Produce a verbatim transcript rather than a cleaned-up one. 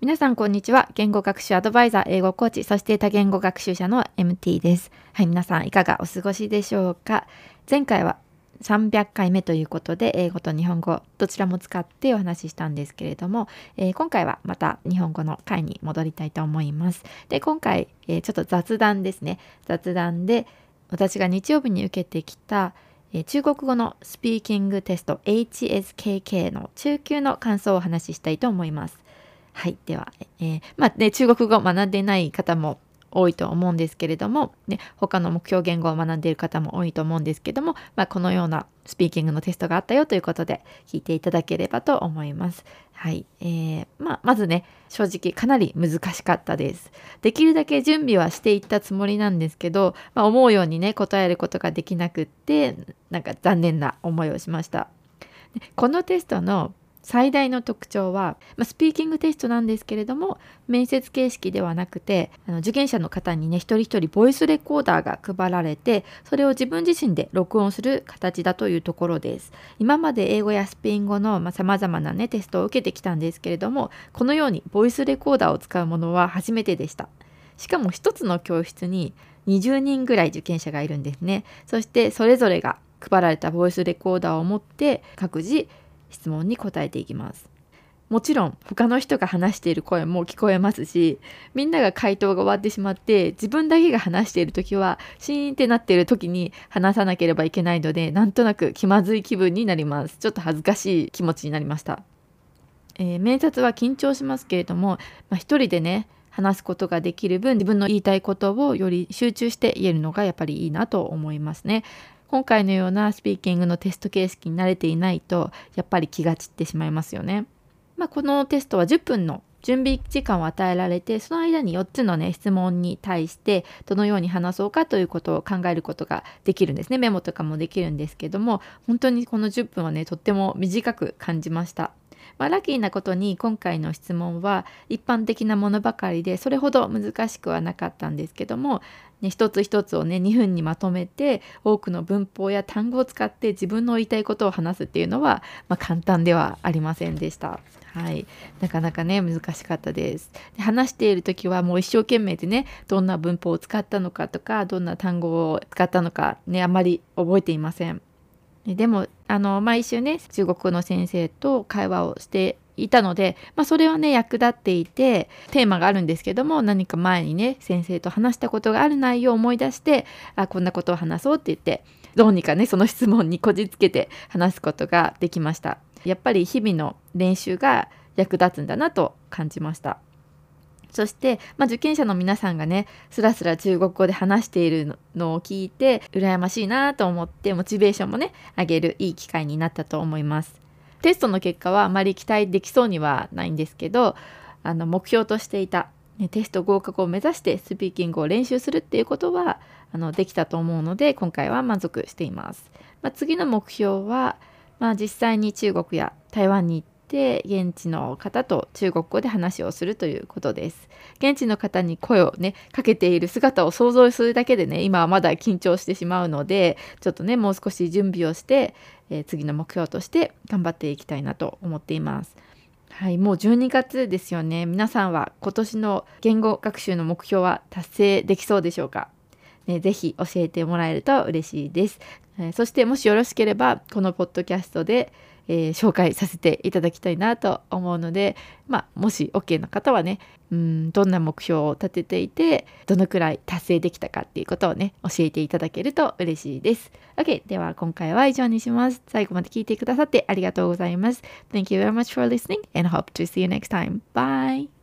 皆さんこんにちは。言語学習アドバイザー、英語コーチ、そして多言語学習者の エムティー です。はい、皆さんいかがお過ごしでしょうか。前回はさんびゃっかいめということで、英語と日本語どちらも使ってお話ししたんですけれども、えー、今回はまた日本語の回に戻りたいと思います。で、今回、えー、ちょっと雑談ですね。雑談で私が日曜日に受けてきたえー、中国語のスピーキングテスト エイチエスケーケー の中級の感想をお話ししたいと思います。はい、では、えー、まあね、中国語を学んでない方も多いと思うんですけれども、ね、他の目標言語を学んでいる方も多いと思うんですけども、まあ、このようなスピーキングのテストがあったよということで聞いていただければと思います。はい、えーまあ、まずね、正直かなり難しかったです。できるだけ準備はしていったつもりなんですけど、まあ、思うようにね答えることができなくって、なんか残念な思いをしました。でこのテストの最大の特徴は、まあ、スピーキングテストなんですけれども、面接形式ではなくて、あの受験者の方にね一人一人ボイスレコーダーが配られて、それを自分自身で録音する形だというところです。今まで英語やスペイン語のさまざまなねテストを受けてきたんですけれども、このようにボイスレコーダーを使うものは初めてでした。しかも一つの教室ににじゅうにんぐらい受験者がいるんですね。そしてそれぞれが配られたボイスレコーダーを持って各自質問に答えていきます。もちろん他の人が話している声も聞こえますし、みんなが回答が終わってしまって自分だけが話している時はシーンってなっている時に話さなければいけないので、なんとなく気まずい気分になります。ちょっと恥ずかしい気持ちになりました。えー、面接は緊張しますけれども、まあ、一人でね話すことができる分、自分の言いたいことをより集中して言えるのがやっぱりいいなと思いますね。今回のようなスピーキングのテスト形式に慣れていないとやっぱり気が散ってしまいますよね。まあ、このテストはじゅっぷんの準備時間を与えられて、その間によっつのね質問に対してどのように話そうかということを考えることができるんですね。メモとかもできるんですけども、本当にこのじゅっぷんはねとっても短く感じました。まあ、ラッキーなことに今回の質問は一般的なものばかりで、それほど難しくはなかったんですけども、ね、一つ一つをねにふんにまとめて多くの文法や単語を使って自分の言いたいことを話すっていうのは、まあ、簡単ではありませんでした。はい、なかなかね難しかったです。で話している時はもう一生懸命でね、どんな文法を使ったのかとかどんな単語を使ったのかねあまり覚えていません。でもあの毎週ね中国語の先生と会話をしていたので、まあ、それはね役立っていて、テーマがあるんですけども、何か前にね先生と話したことがある内容を思い出して、あこんなことを話そうって言ってどうにかねその質問にこじつけて話すことができました。やっぱり日々の練習が役立つんだなと感じました。そして、まあ、受験者の皆さんがねスラスラ中国語で話しているのを聞いて羨ましいなと思って、モチベーションもね上げるいい機会になったと思います。テストの結果はあまり期待できそうにはないんですけど、あの目標としていた、ね、テスト合格を目指してスピーキングを練習するっていうことはあのできたと思うので、今回は満足しています。まあ、次の目標は、まあ、実際に中国や台湾に行ってで現地の方と中国語で話をするということです。現地の方に声をねかけている姿を想像するだけでね今はまだ緊張してしまうので、ちょっとねもう少し準備をして、えー、次の目標として頑張っていきたいなと思っています。はい、もうじゅうにがつですよね。皆さんは今年の言語学習の目標は達成できそうでしょうか。ね、ぜひ教えてもらえると嬉しいです。えー、そしてもしよろしければこのポッドキャストでえー、紹介させていただきたいなと思うので、まあ、もし OK な方はね、うん、どんな目標を立てていてどのくらい達成できたかっていうことをね教えていただけると嬉しいです。 OK、 では今回は以上にします。最後まで聞いてくださってありがとうございます。 Thank you very much for listening and hope to see you next time. Bye!